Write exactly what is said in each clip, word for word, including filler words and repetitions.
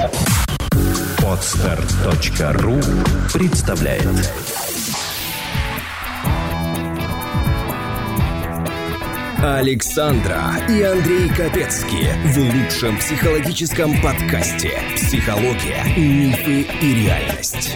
Подстер точка ру представляет. Александра и Андрей Капецки в лучшем психологическом подкасте «Психология, мифы и реальность».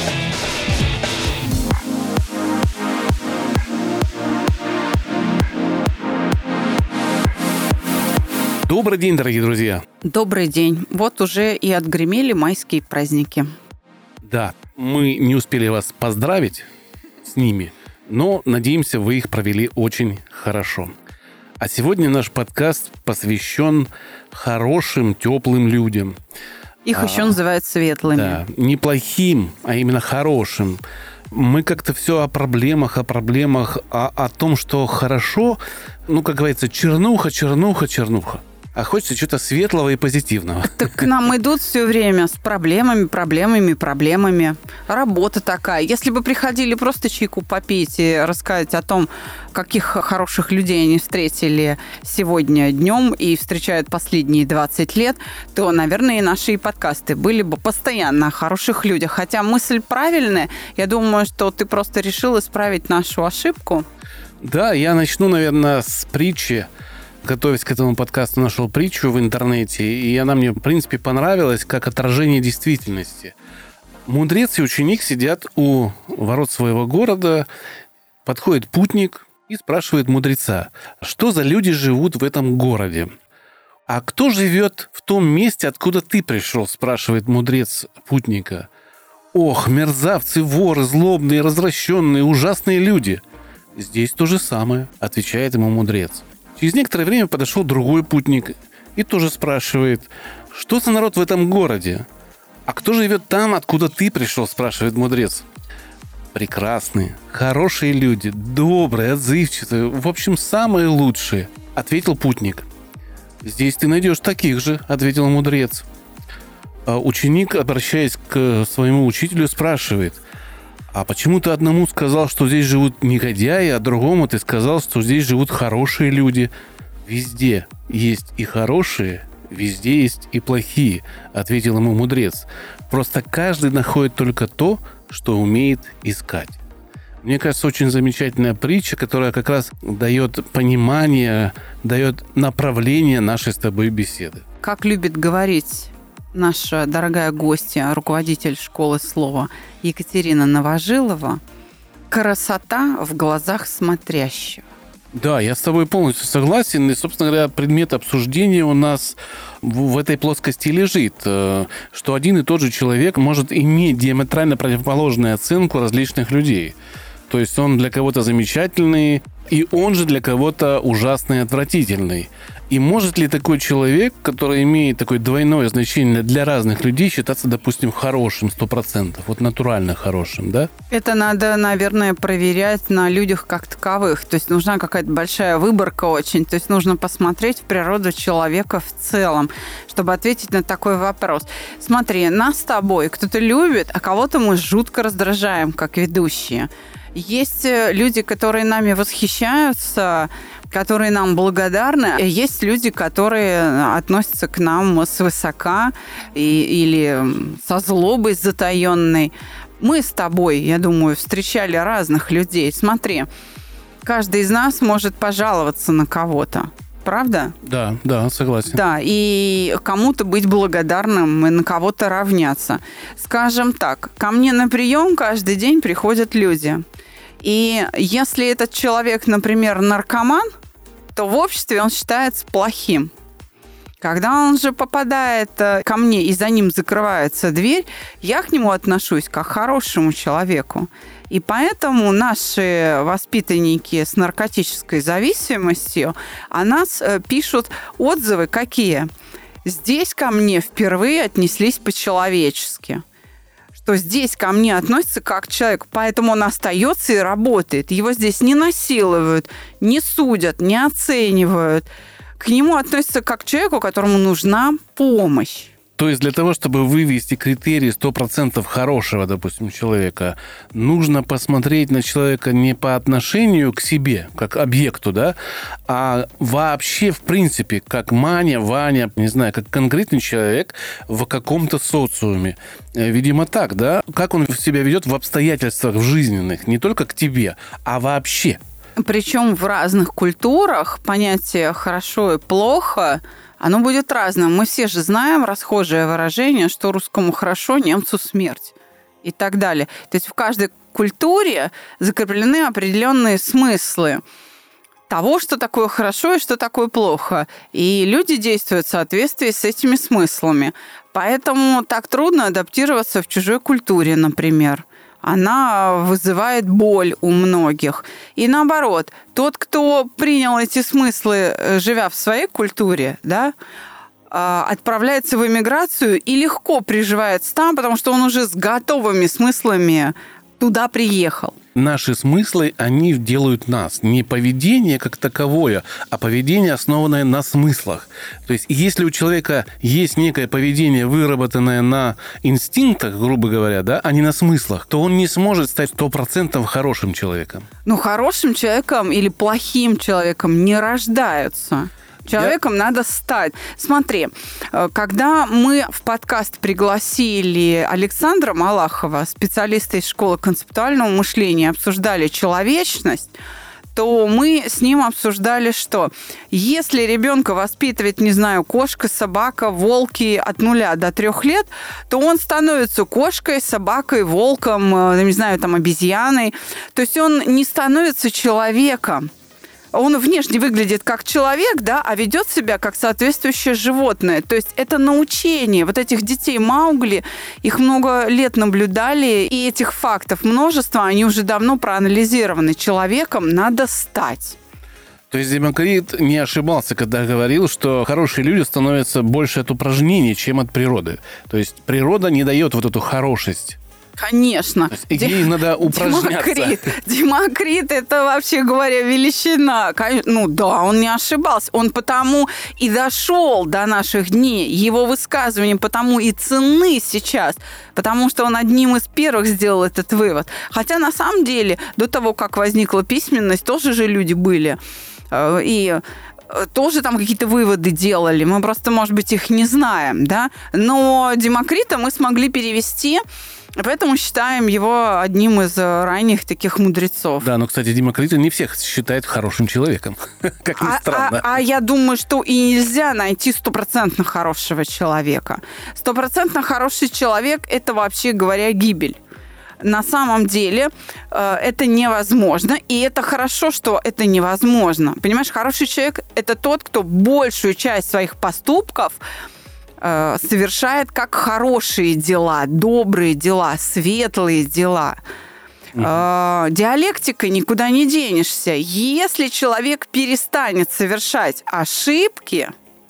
Добрый день, дорогие друзья. Добрый день. Вот уже и отгремели майские праздники. Да, мы не успели вас поздравить с ними, но, надеемся, вы их провели очень хорошо. А сегодня наш подкаст посвящен хорошим, теплым людям. Их а, еще называют светлыми. Да, не плохим, а именно хорошим. Мы как-то все о проблемах, о проблемах, о, о том, что хорошо, ну, как говорится, чернуха, чернуха, чернуха. А хочется что-то светлого и позитивного. Так к нам идут все время с проблемами, проблемами, проблемами. Работа такая. Если бы приходили просто чайку попить и рассказать о том, каких хороших людей они встретили сегодня днем и встречают последние двадцать лет, то, наверное, и наши подкасты были бы постоянно о хороших людях. Хотя мысль правильная. Я думаю, что ты просто решил исправить нашу ошибку. Да, я начну, наверное, с притчи. Готовясь к этому подкасту, нашел притчу в интернете, и она мне, в принципе, понравилась как отражение действительности. Мудрец и ученик сидят у ворот своего города, подходит путник и спрашивает мудреца, что за люди живут в этом городе. «А кто живет в том месте, откуда ты пришел?» – спрашивает мудрец путника. «Ох, мерзавцы, воры, злобные, развращенные, ужасные люди!» «Здесь то же самое», – отвечает ему мудрец. Через некоторое время подошел другой путник и тоже спрашивает, что за народ в этом городе? А кто живет там, откуда ты пришел, спрашивает мудрец. Прекрасные, хорошие люди, добрые, отзывчивые, в общем, самые лучшие, ответил путник. Здесь ты найдешь таких же, ответил мудрец. А ученик, обращаясь к своему учителю, спрашивает, а почему ты одному сказал, что здесь живут негодяи, а другому ты сказал, что здесь живут хорошие люди? Везде есть и хорошие, везде есть и плохие, ответил ему мудрец. Просто каждый находит только то, что умеет искать. Мне кажется, очень замечательная притча, которая как раз дает понимание, дает направление нашей с тобой беседы. Как любит говорить наша дорогая гостья, руководитель школы слова Екатерина Новожилова, красота в глазах смотрящего. Да, я с тобой полностью согласен. И, собственно говоря, предмет обсуждения у нас в этой плоскости лежит, что один и тот же человек может иметь диаметрально противоположную оценку различных людей. То есть он для кого-то замечательный, и он же для кого-то ужасный и отвратительный. И может ли такой человек, который имеет такое двойное значение для разных людей, считаться, допустим, хорошим сто процентов, вот натурально хорошим, да? Это надо, наверное, проверять на людях как таковых. То есть нужна какая-то большая выборка очень. То есть нужно посмотреть в природу человека в целом, чтобы ответить на такой вопрос. Смотри, нас с тобой кто-то любит, а кого-то мы жутко раздражаем, как ведущие. Есть люди, которые нами восхищаются, которые нам благодарны. Есть люди, которые относятся к нам свысока и, или со злобой затаенной. Мы с тобой, я думаю, встречали разных людей. Смотри, каждый из нас может пожаловаться на кого-то. Правда? Да, да, согласен. Да, и кому-то быть благодарным и на кого-то равняться. Скажем так, ко мне на прием каждый день приходят люди. И если этот человек, например, наркоман, то в обществе он считается плохим. Когда он же попадает ко мне и за ним закрывается дверь, я к нему отношусь как к хорошему человеку. И поэтому наши воспитанники с наркотической зависимостью о нас пишут отзывы какие? Здесь ко мне впервые отнеслись по-человечески. Что здесь ко мне относятся как к человеку, поэтому он остается и работает. Его здесь не насилуют, не судят, не оценивают. К нему относятся как к человеку, которому нужна помощь. То есть для того, чтобы вывести критерий сто процентов хорошего, допустим, человека, нужно посмотреть на человека не по отношению к себе, как объекту, да, а вообще, в принципе, как Маня, Ваня, не знаю, как конкретный человек в каком-то социуме. Видимо, так, да? Как он себя ведет в обстоятельствах жизненных, не только к тебе, а вообще. Причем в разных культурах понятие «хорошо» и «плохо» оно будет разным. Мы все же знаем расхожее выражение, что русскому хорошо, немцу смерть и так далее. То есть в каждой культуре закреплены определенные смыслы того, что такое хорошо и что такое плохо. И люди действуют в соответствии с этими смыслами. Поэтому так трудно адаптироваться в чужой культуре, например. Она вызывает боль у многих. И наоборот, тот, кто принял эти смыслы, живя в своей культуре, да, отправляется в эмиграцию и легко приживается там, потому что он уже с готовыми смыслами туда приехал. Наши смыслы, они делают нас. Не поведение как таковое, а поведение, основанное на смыслах. То есть, если у человека есть некое поведение, выработанное на инстинктах, грубо говоря, да, а не на смыслах, то он не сможет стать сто процентов хорошим человеком. Ну, хорошим человеком или плохим человеком не рождаются. Человеком Я... надо стать. Смотри, когда мы в подкаст пригласили Александра Малахова, специалиста из школы концептуального мышления, обсуждали человечность, то мы с ним обсуждали, что если ребенка воспитывает, не знаю, кошка, собака, волки от нуля до трех лет, то он становится кошкой, собакой, волком, не знаю, там, обезьяной. То есть он не становится человеком. Он внешне выглядит как человек, да, а ведет себя как соответствующее животное. То есть это научение. Вот этих детей Маугли, их много лет наблюдали, и этих фактов множество, они уже давно проанализированы. Человеком надо стать. То есть Демокрит не ошибался, когда говорил, что хорошие люди становятся больше от упражнений, чем от природы. То есть природа не дает вот эту хорошесть. Конечно. Ей Дем... надо упражняться. Демокрит. Демокрит – это, вообще говоря, величина. Ну да, он не ошибался. Он потому и дошел до наших дней. Его высказывания потому и ценны сейчас. Потому что он одним из первых сделал этот вывод. Хотя, на самом деле, до того, как возникла письменность, тоже же люди были. И тоже там какие-то выводы делали. Мы просто, может быть, их не знаем, да? Но Демокрита мы смогли перевести... Поэтому считаем его одним из ранних таких мудрецов. Да, но, кстати, Демокрит не всех считает хорошим человеком, как ни а, странно. А, а я думаю, что и нельзя найти стопроцентно хорошего человека. Стопроцентно хороший человек – это, вообще говоря, гибель. На самом деле э, это невозможно, и это хорошо, что это невозможно. Понимаешь, хороший человек – это тот, кто большую часть своих поступков совершает как хорошие дела, добрые дела, светлые дела. Mm-hmm. Диалектикой никуда не денешься. Если человек перестанет совершать ошибки,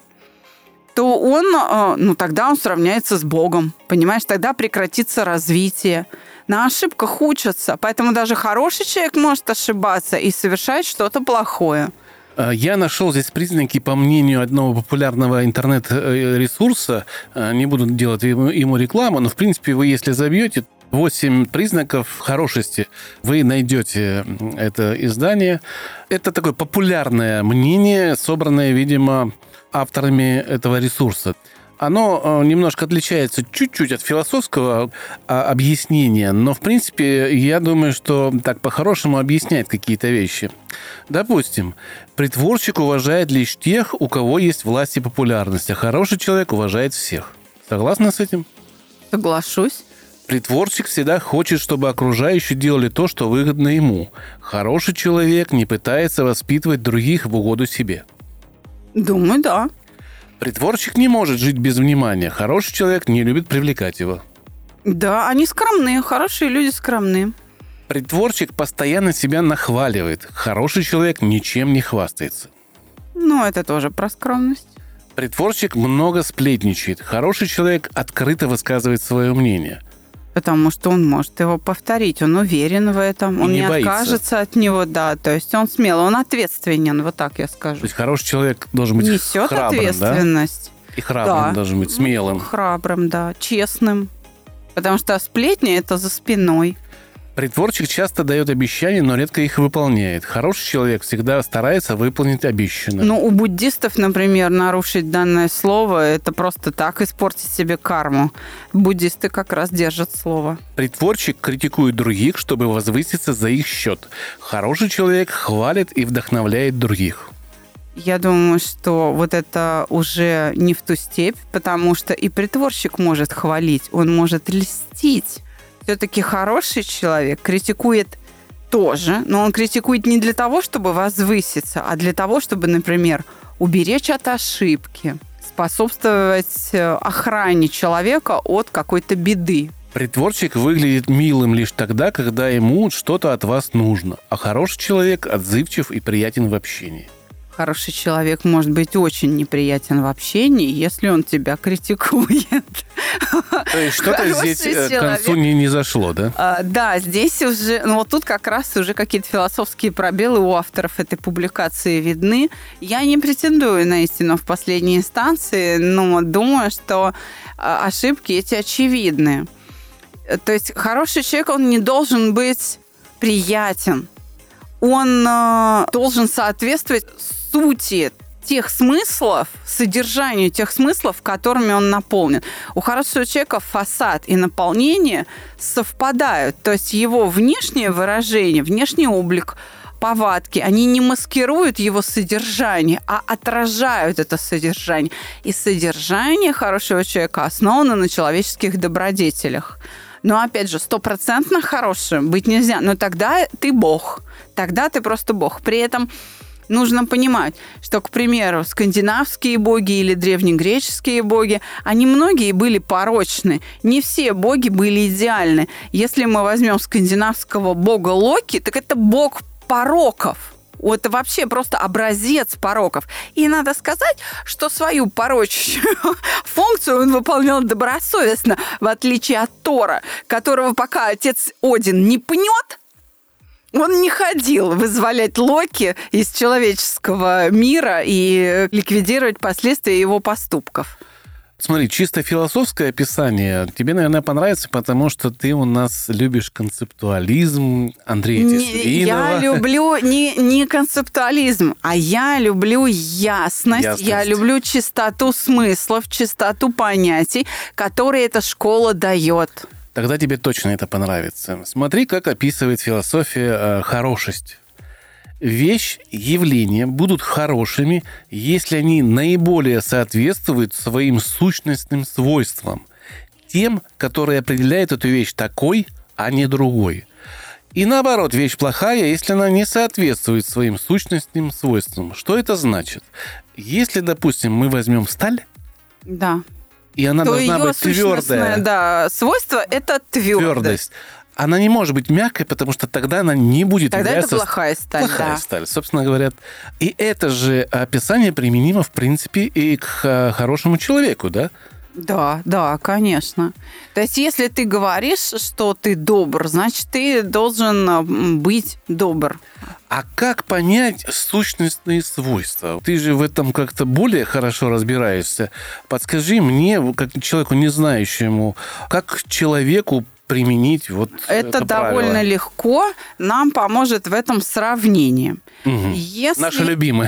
то он, ну, тогда он сравняется с Богом. Понимаешь, тогда прекратится развитие. На ошибках учатся. Поэтому даже хороший человек может ошибаться и совершать что-то плохое. Я нашел здесь признаки, по мнению одного популярного интернет-ресурса, не буду делать ему рекламу, но, в принципе, вы, если забьете восемь признаков хорошести, вы найдете это издание. Это такое популярное мнение, собранное, видимо, авторами этого ресурса. Оно немножко отличается чуть-чуть от философского объяснения, но, в принципе, я думаю, что так по-хорошему объясняет какие-то вещи. Допустим, притворщик уважает лишь тех, у кого есть власть и популярность, а хороший человек уважает всех. Согласна с этим? Соглашусь. Притворщик всегда хочет, чтобы окружающие делали то, что выгодно ему. Хороший человек не пытается воспитывать других в угоду себе. Думаю, да. Притворщик не может жить без внимания. Хороший человек не любит привлекать его. Да, они скромные. Хорошие люди скромные. Притворщик постоянно себя нахваливает. Хороший человек ничем не хвастается. Ну, это тоже про скромность. Притворщик много сплетничает. Хороший человек открыто высказывает свое мнение. Потому что он может его повторить. Он уверен в этом. Он не, не откажется от него, да. То есть он смелый, он ответственен, вот так я скажу. То есть хороший человек должен быть Несет храбрым, ответственность. Да? И храбрым Да. должен быть, смелым. Храбрым, да, честным. Потому что сплетни – это за спиной. Притворщик часто дает обещания, но редко их выполняет. Хороший человек всегда старается выполнить обещанное. Ну, у буддистов, например, нарушить данное слово – это просто так испортить себе карму. Буддисты как раз держат слово. Притворщик критикует других, чтобы возвыситься за их счет. Хороший человек хвалит и вдохновляет других. Я думаю, что вот это уже не в ту степь, потому что и притворщик может хвалить, он может льстить. Все-таки хороший человек критикует тоже, но он критикует не для того, чтобы возвыситься, а для того, чтобы, например, уберечь от ошибки, способствовать охране человека от какой-то беды. Притворщик выглядит милым лишь тогда, когда ему что-то от вас нужно, а хороший человек отзывчив и приятен в общении. Хороший человек может быть очень неприятен в общении, если он тебя критикует. То есть что-то здесь к концу не, не зашло, да? А, да, здесь уже, ну вот тут как раз уже какие-то философские пробелы у авторов этой публикации видны. Я не претендую на истину в последней инстанции, но думаю, что ошибки эти очевидны. То есть хороший человек, он не должен быть приятен. Он э, должен соответствовать сути тех смыслов, содержанию тех смыслов, которыми он наполнен. У хорошего человека фасад и наполнение совпадают. То есть его внешнее выражение, внешний облик, повадки, они не маскируют его содержание, а отражают это содержание. И содержание хорошего человека основано на человеческих добродетелях. Но, опять же, стопроцентно хорошим быть нельзя. Но тогда ты бог. Тогда ты просто бог. При этом нужно понимать, что, к примеру, скандинавские боги или древнегреческие боги, они многие были порочны. Не все боги были идеальны. Если мы возьмем скандинавского бога Локи, так это бог пороков. Это вообще просто образец пороков. И надо сказать, что свою порочащую функцию он выполнял добросовестно, в отличие от Тора, которого пока отец Один не пнет, он не ходил вызволять Локи из человеческого мира и ликвидировать последствия его поступков. Смотри, чисто философское описание тебе, наверное, понравится, потому что ты у нас любишь концептуализм Андрея Тесленова. Я люблю не, не концептуализм, а я люблю ясность, ясность, я люблю чистоту смыслов, чистоту понятий, которые эта школа дает. Тогда тебе точно это понравится. Смотри, как описывает философия э, хорошесть. Вещь, явления будут хорошими, если они наиболее соответствуют своим сущностным свойствам, тем, которые определяют эту вещь такой, а не другой. И наоборот, вещь плохая, если она не соответствует своим сущностным свойствам. Что это значит? Если, допустим, мы возьмем сталь, да, и она то должна ее быть твердая. Да, свойство – это твердость. твердость. Она не может быть мягкой, потому что тогда она не будет тогда являться... Тогда это плохая сталь, Плохая да. сталь, собственно говоря. И это же описание применимо, в принципе, и к хорошему человеку, да? Да, да, конечно. То есть, если ты говоришь, что ты добр, значит, ты должен быть добр. А как понять сущностные свойства? Ты же в этом как-то более хорошо разбираешься. Подскажи мне, как человеку, не знающему, как человеку применить вот это, это довольно правило. Легко. Нам поможет в этом сравнение. Угу. Если... Наше любимое.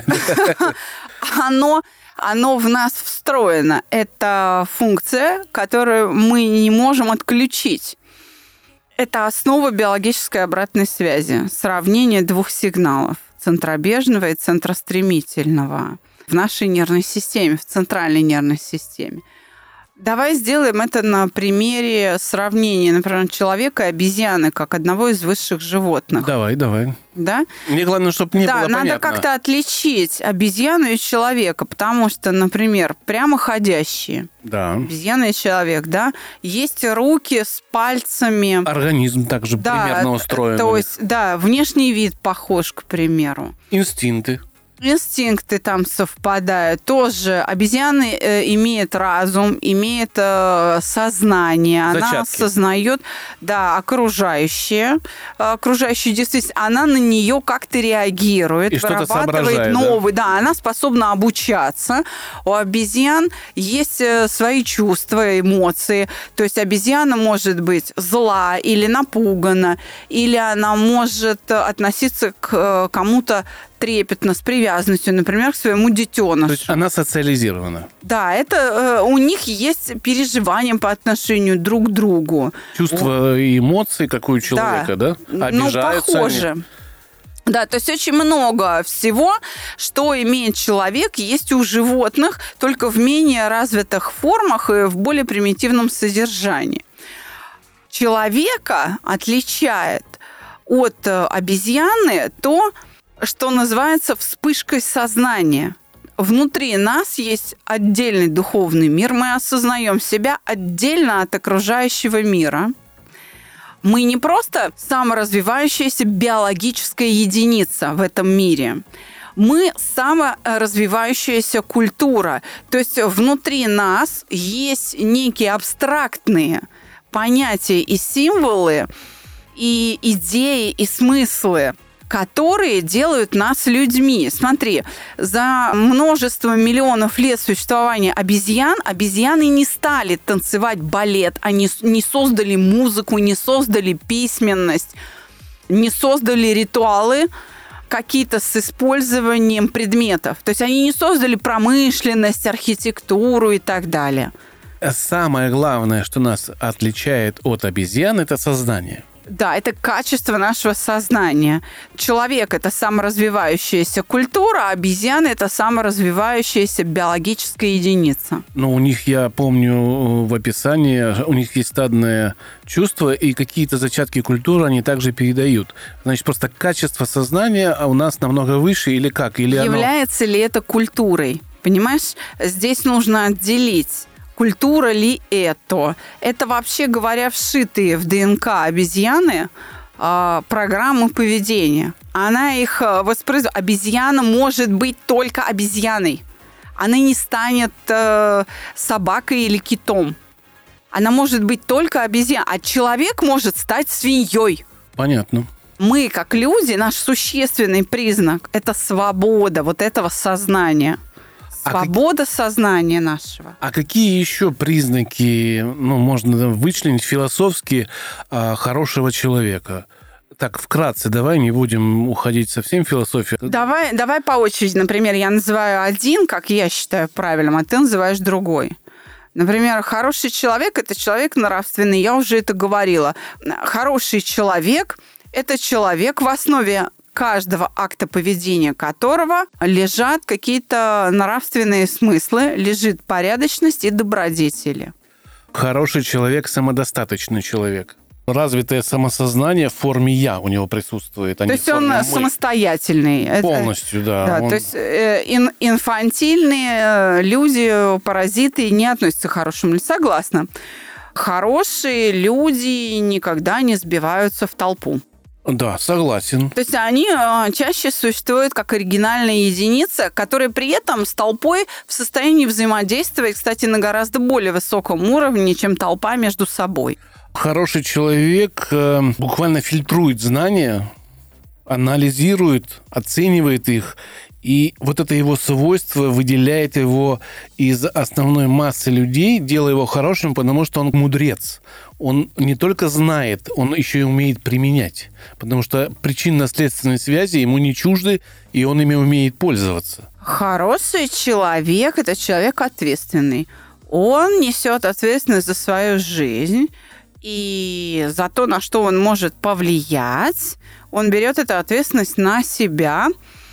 Оно... Оно в нас встроено. Это функция, которую мы не можем отключить. Это основа биологической обратной связи. Сравнение двух сигналов. Центробежного и центростремительного. В нашей нервной системе, в центральной нервной системе. Давай сделаем это на примере сравнения, например, человека и обезьяны, как одного из высших животных. Давай, давай. Да? Мне главное, чтобы не да, было понятно. Да, надо как-то отличить обезьяну и человека, потому что, например, прямоходящие. Да. Обезьяна и человек, да, есть руки с пальцами. Организм также да, примерно устроен. То есть, да, внешний вид похож, к примеру. Инстинкты. инстинкты там совпадают. Тоже обезьяны э, имеют разум, имеют э, сознание. Зачатки. Она осознает, да, окружающее, окружающую действительность. Она на нее как-то реагирует, и вырабатывает новые. Да? да, она способна обучаться. У обезьян есть свои чувства, эмоции. То есть обезьяна может быть зла или напугана, или она может относиться к кому-то трепетно, с привязанностью, например, к своему детенышу. То есть она социализирована. Да, это э, у них есть переживания по отношению друг к другу. Чувства и эмоции, как у человека, да? да? Обижаются ну, похоже. Они. Да, то есть очень много всего, что имеет человек, есть у животных, только в менее развитых формах и в более примитивном содержании. Человека отличает от обезьяны то, что называется вспышкой сознания. Внутри нас есть отдельный духовный мир. Мы осознаем себя отдельно от окружающего мира. Мы не просто саморазвивающаяся биологическая единица в этом мире. Мы саморазвивающаяся культура. То есть внутри нас есть некие абстрактные понятия и символы, и идеи, и смыслы, которые делают нас людьми. Смотри, за множество миллионов лет существования обезьян, обезьяны не стали танцевать балет, они не создали музыку, не создали письменность, не создали ритуалы какие-то с использованием предметов. То есть они не создали промышленность, архитектуру и так далее. Самое главное, что нас отличает от обезьян, это сознание. Да, это качество нашего сознания. Человек – это саморазвивающаяся культура, а обезьяна – это саморазвивающаяся биологическая единица. Но у них, я помню, в описании, у них есть стадное чувство, и какие-то зачатки культуры они также передают. Значит, просто качество сознания у нас намного выше или как? Или Является оно... ли это культурой? Понимаешь, здесь нужно отделить. Культура ли это? Это, вообще говоря, вшитые в ДНК обезьяны э, программы поведения. Она их воспроизводит. Обезьяна может быть только обезьяной. Она не станет э, собакой или китом. Она может быть только обезьяной. А человек может стать свиньей. Понятно. Мы, как люди, наш существенный признак – это свобода вот этого сознания. Свобода а сознания нашего. А какие еще признаки, ну, можно вычленить философски а, хорошего человека? Так, вкратце, давай не будем уходить совсем в философию. Давай, давай по очереди. Например, я называю один, как я считаю правильным, а ты называешь другой. Например, хороший человек – это человек нравственный. Я уже это говорила. Хороший человек – это человек, в основе каждого акта поведения которого лежат какие-то нравственные смыслы, лежит порядочность и добродетели. Хороший человек – самодостаточный человек. Развитое самосознание в форме «я» у него присутствует. То есть он самостоятельный. Полностью, да. да он... То есть э, ин- инфантильные люди, паразиты не относятся к хорошим. Согласна. Хорошие люди никогда не сбиваются в толпу. Да, согласен. То есть они чаще существуют как оригинальная единица, которая при этом с толпой в состоянии взаимодействовать, кстати, на гораздо более высоком уровне, чем толпа между собой. Хороший человек буквально фильтрует знания, анализирует, оценивает их, и вот это его свойство выделяет его из основной массы людей, делая его хорошим, потому что он мудрец. Он не только знает, он еще и умеет применять. Потому что причинно-следственные связи ему не чужды, и он ими умеет пользоваться. Хороший человек – это человек ответственный. Он несет ответственность за свою жизнь и за то, на что он может повлиять. Он берет эту ответственность на себя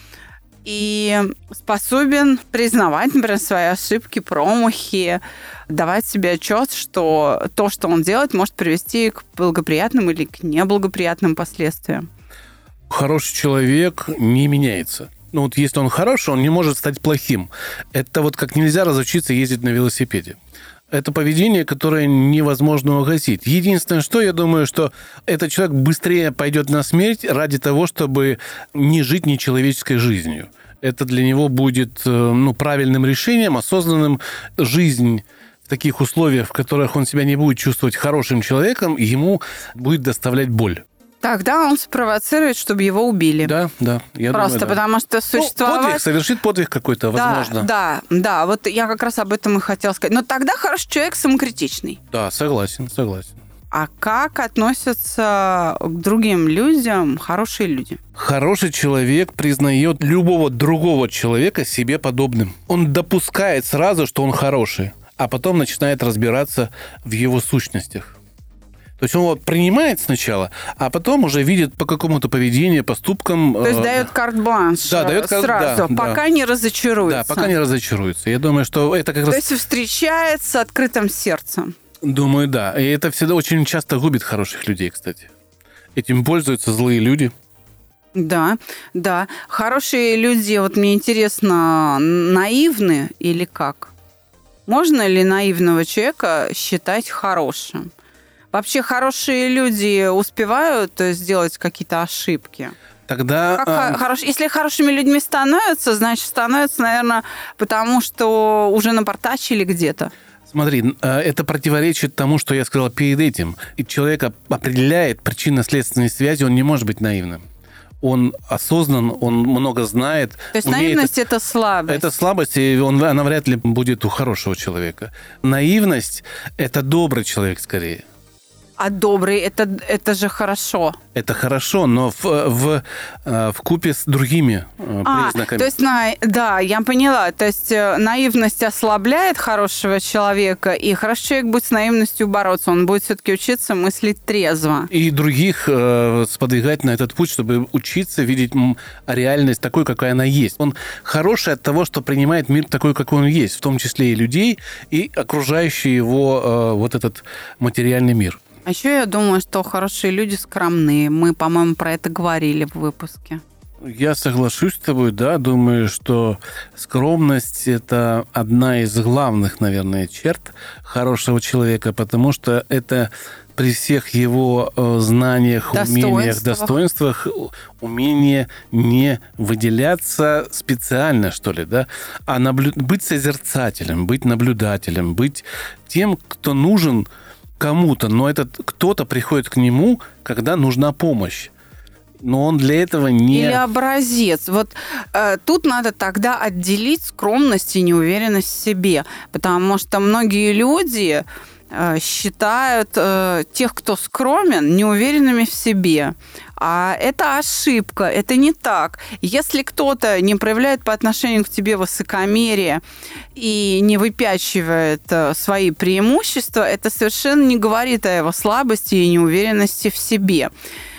и способен признавать, например, свои ошибки, промахи, давать себе отчет, что то, что он делает, может привести к благоприятным или к неблагоприятным последствиям. Хороший человек не меняется. Ну вот если он хороший, он не может стать плохим. Это вот как нельзя разучиться ездить на велосипеде. Это поведение, которое невозможно угасить. Единственное, что я думаю, что этот человек быстрее пойдет на смерть ради того, чтобы не жить нечеловеческой жизнью. Это для него будет ну, правильным решением, осознанным. Жизнь в таких условиях, в которых он себя не будет чувствовать хорошим человеком, ему будет доставлять боль. Тогда он спровоцирует, чтобы его убили. Да, да. Я Просто думаю, да. потому что существовать... Ну, подвиг, совершит подвиг какой-то, возможно. Да, да, да. Вот я как раз об этом и хотела сказать. Но тогда хороший человек самокритичный. Да, согласен, согласен. А как относятся к другим людям хорошие люди? Хороший человек признает любого другого человека себе подобным. Он допускает сразу, что он хороший, а потом начинает разбираться в его сущностях. То есть он вот принимает сначала, а потом уже видит по какому-то поведению, поступкам... То есть э, дает карт-бланш да, дает карт... сразу, да, пока да. не разочаруется. Да, пока не разочаруется. Я думаю, что это как То раз... То есть встречает с открытым сердцем. Думаю, да. И это всегда очень часто губит хороших людей, кстати. Этим пользуются злые люди. Да, да. Хорошие люди, вот мне интересно, наивны или как? Можно ли наивного человека считать хорошим? Вообще хорошие люди успевают сделать какие-то ошибки? Тогда... Как а... хорош... Если хорошими людьми становятся, значит, становятся, наверное, потому что уже напортачили где-то. Смотри, это противоречит тому, что я сказал перед этим. И человек определяет причинно-следственные связи, он не может быть наивным. Он осознан, он много знает. То есть наивность – это слабость. Это слабость, и он, она вряд ли будет у хорошего человека. Наивность – это добрый человек скорее. А добрый это, – это же хорошо. Это хорошо, но в, в, в купе с другими а, признаками. То есть, на, да, я поняла. То есть наивность ослабляет хорошего человека, и хороший человек будет с наивностью бороться. Он будет все-таки учиться мыслить трезво. И других э, сподвигать на этот путь, чтобы учиться видеть реальность такой, какая она есть. Он хороший от того, что принимает мир такой, какой он есть, в том числе и людей, и окружающий его э, вот этот материальный мир. А еще я думаю, что хорошие люди скромные. Мы, по-моему, про это говорили в выпуске. Я соглашусь с тобой, да. Думаю, что скромность – это одна из главных, наверное, черт хорошего человека, потому что это при всех его знаниях, умениях, достоинствах, умение не выделяться специально, что ли, да, а наблю... быть созерцателем, быть наблюдателем, быть тем, кто нужен кому-то, но этот кто-то приходит к нему, когда нужна помощь. Но он для этого не... Или образец. Вот э, тут надо тогда отделить скромность и неуверенность в себе, потому что многие люди э, считают э, тех, кто скромен, неуверенными в себе. А это ошибка, это не так. Если кто-то не проявляет по отношению к тебе высокомерие и не выпячивает свои преимущества, это совершенно не говорит о его слабости и неуверенности в себе.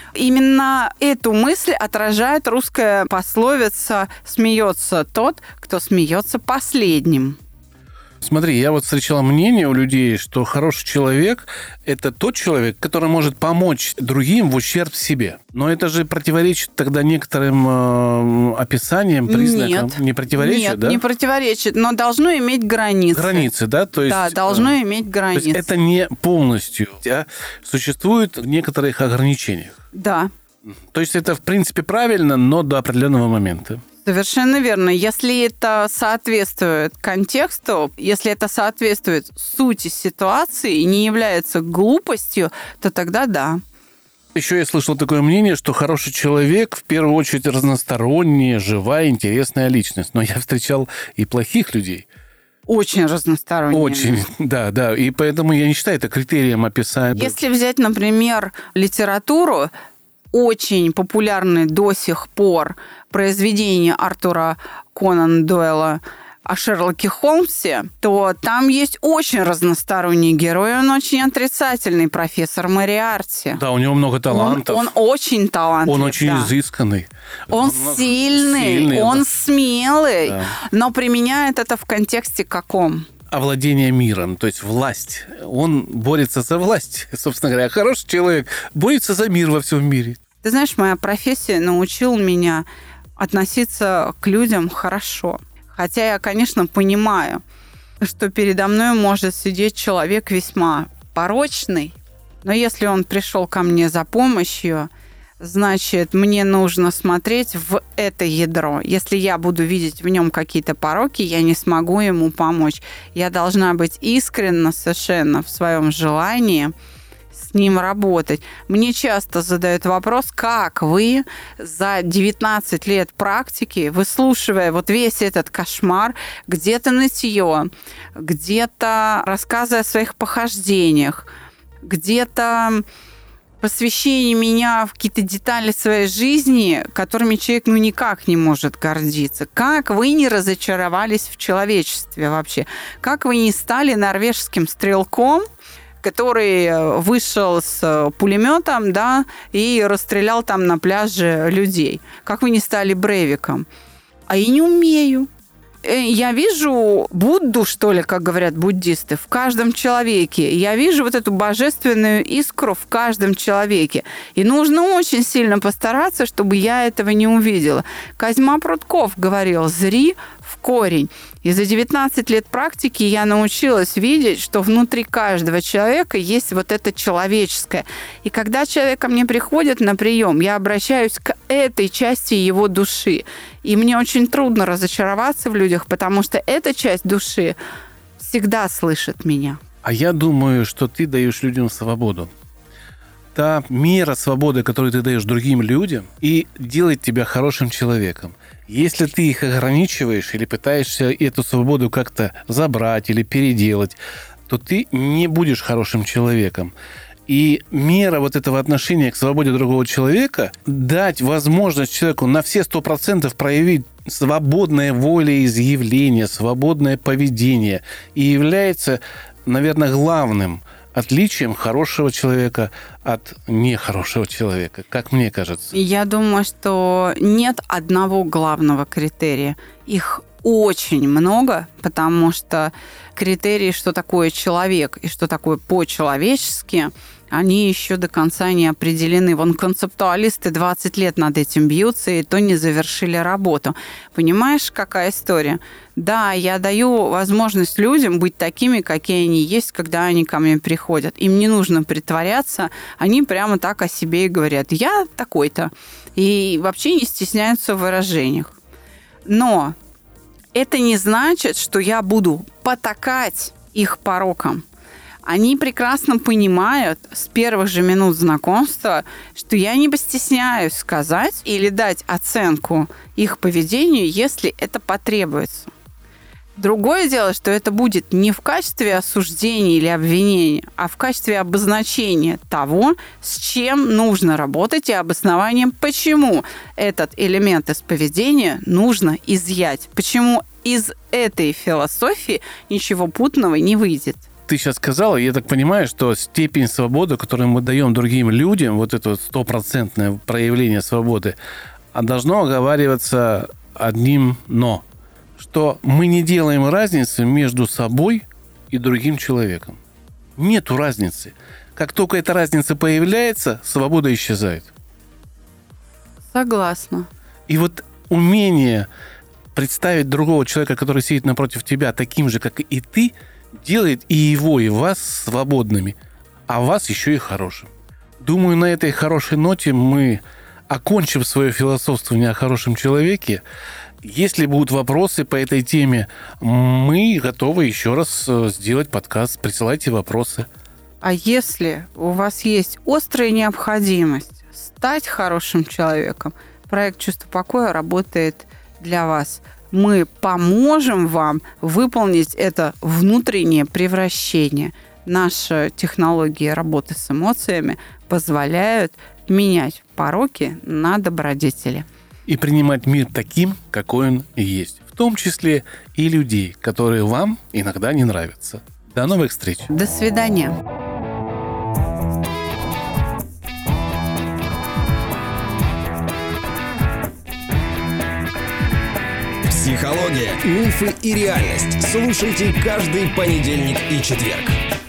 Именно эту мысль отражает русская пословица «смеется тот, кто смеется последним». Смотри, я вот встречал мнение у людей, что хороший человек – это тот человек, который может помочь другим в ущерб себе. Но это же противоречит тогда некоторым э, описаниям, признакам. Нет, не противоречит, нет, да? не противоречит, но должно иметь границы. Границы, да? То есть, да, должно э, иметь границы. То есть это не полностью, а существует в некоторых ограничениях. Да. То есть это, в принципе, правильно, но до определенного момента. Совершенно верно. Если это соответствует контексту, если это соответствует сути ситуации и не является глупостью, то тогда да. Еще я слышал такое мнение, что хороший человек в первую очередь разносторонняя, живая, интересная личность. Но я встречал и плохих людей. Очень разносторонние. Очень, да, да. И поэтому я не считаю это критерием описания. Если взять, например, литературу, очень популярное до сих пор произведение Артура Конан Дойла о Шерлоке Холмсе, то там есть очень разносторонний герой, он очень отрицательный, профессор Мориарти. Да, у него много талантов. Он, он очень талантлив. Он очень да. изысканный. Он, он сильный, сильный, он да. смелый, да. но применяет это в контексте каком? Овладение миром, то есть власть. Он борется за власть, собственно говоря. Хороший человек борется за мир во всем мире. Ты знаешь, моя профессия научила меня относиться к людям хорошо. Хотя я, конечно, понимаю, что передо мной может сидеть человек весьма порочный, но если он пришел ко мне за помощью, значит, мне нужно смотреть в это ядро. Если я буду видеть в нем какие-то пороки, я не смогу ему помочь. Я должна быть искренна совершенно в своем желании с ним работать. Мне часто задают вопрос, как вы за девятнадцать лет практики, выслушивая вот весь этот кошмар, где-то нытье, где-то рассказы о своих похождениях, где-то посвящение меня в какие-то детали своей жизни, которыми человек ну никак не может гордиться. Как вы не разочаровались в человечестве вообще? Как вы не стали норвежским стрелком, который вышел с пулеметом, да, и расстрелял там на пляже людей? Как вы не стали Брейвиком? А я не умею. Я вижу Будду, что ли, как говорят буддисты, в каждом человеке. Я вижу вот эту божественную искру в каждом человеке. И нужно очень сильно постараться, чтобы я этого не увидела. Козьма Прутков говорил: «Зри в корень». И за девятнадцать лет практики я научилась видеть, что внутри каждого человека есть вот это человеческое. И когда человек ко мне приходит на прием, я обращаюсь к этой части его души. И мне очень трудно разочароваться в людях, потому что эта часть души всегда слышит меня. А я думаю, что ты даешь людям свободу. Та мера свободы, которую ты даешь другим людям, и делает тебя хорошим человеком. Если ты их ограничиваешь или пытаешься эту свободу как-то забрать или переделать, то ты не будешь хорошим человеком. И мера вот этого отношения к свободе другого человека – дать возможность человеку на все сто процентов проявить свободное волеизъявление, свободное поведение и является, наверное, главным отличием хорошего человека от нехорошего человека, как мне кажется. Я думаю, что нет одного главного критерия. Их очень много, потому что критерии, что такое человек и что такое по-человечески, они еще до конца не определены. Вон концептуалисты двадцать лет над этим бьются, и то не завершили работу. Понимаешь, какая история? Да, я даю возможность людям быть такими, какие они есть, когда они ко мне приходят. Им не нужно притворяться, они прямо так о себе и говорят: я такой-то. И вообще не стесняются в выражениях. Но это не значит, что я буду потакать их порокам. Они прекрасно понимают с первых же минут знакомства, что я не постесняюсь сказать или дать оценку их поведению, если это потребуется. Другое дело, что это будет не в качестве осуждения или обвинения, а в качестве обозначения того, с чем нужно работать, и обоснованием, почему этот элемент из поведения нужно изъять, почему из этой философии ничего путного не выйдет. Ты сейчас сказала, я так понимаю, что степень свободы, которую мы даем другим людям, вот это стопроцентное проявление свободы, должно оговариваться одним «но», что мы не делаем разницы между собой и другим человеком. Нету разницы. Как только эта разница появляется, свобода исчезает. Согласна. И вот умение представить другого человека, который сидит напротив тебя, таким же, как и ты, делает и его, и вас свободными, а вас еще и хорошим. Думаю, на этой хорошей ноте мы окончим свое философствование о хорошем человеке. Если будут вопросы по этой теме, мы готовы еще раз сделать подкаст. Присылайте вопросы. А если у вас есть острая необходимость стать хорошим человеком, проект «Чувство покоя» работает для вас. Мы поможем вам выполнить это внутреннее превращение. Наши технологии работы с эмоциями позволяют менять пороки на добродетели. И принимать мир таким, какой он есть. В том числе и людей, которые вам иногда не нравятся. До новых встреч. До свидания. Психология, мифы и реальность. Слушайте каждый понедельник и четверг.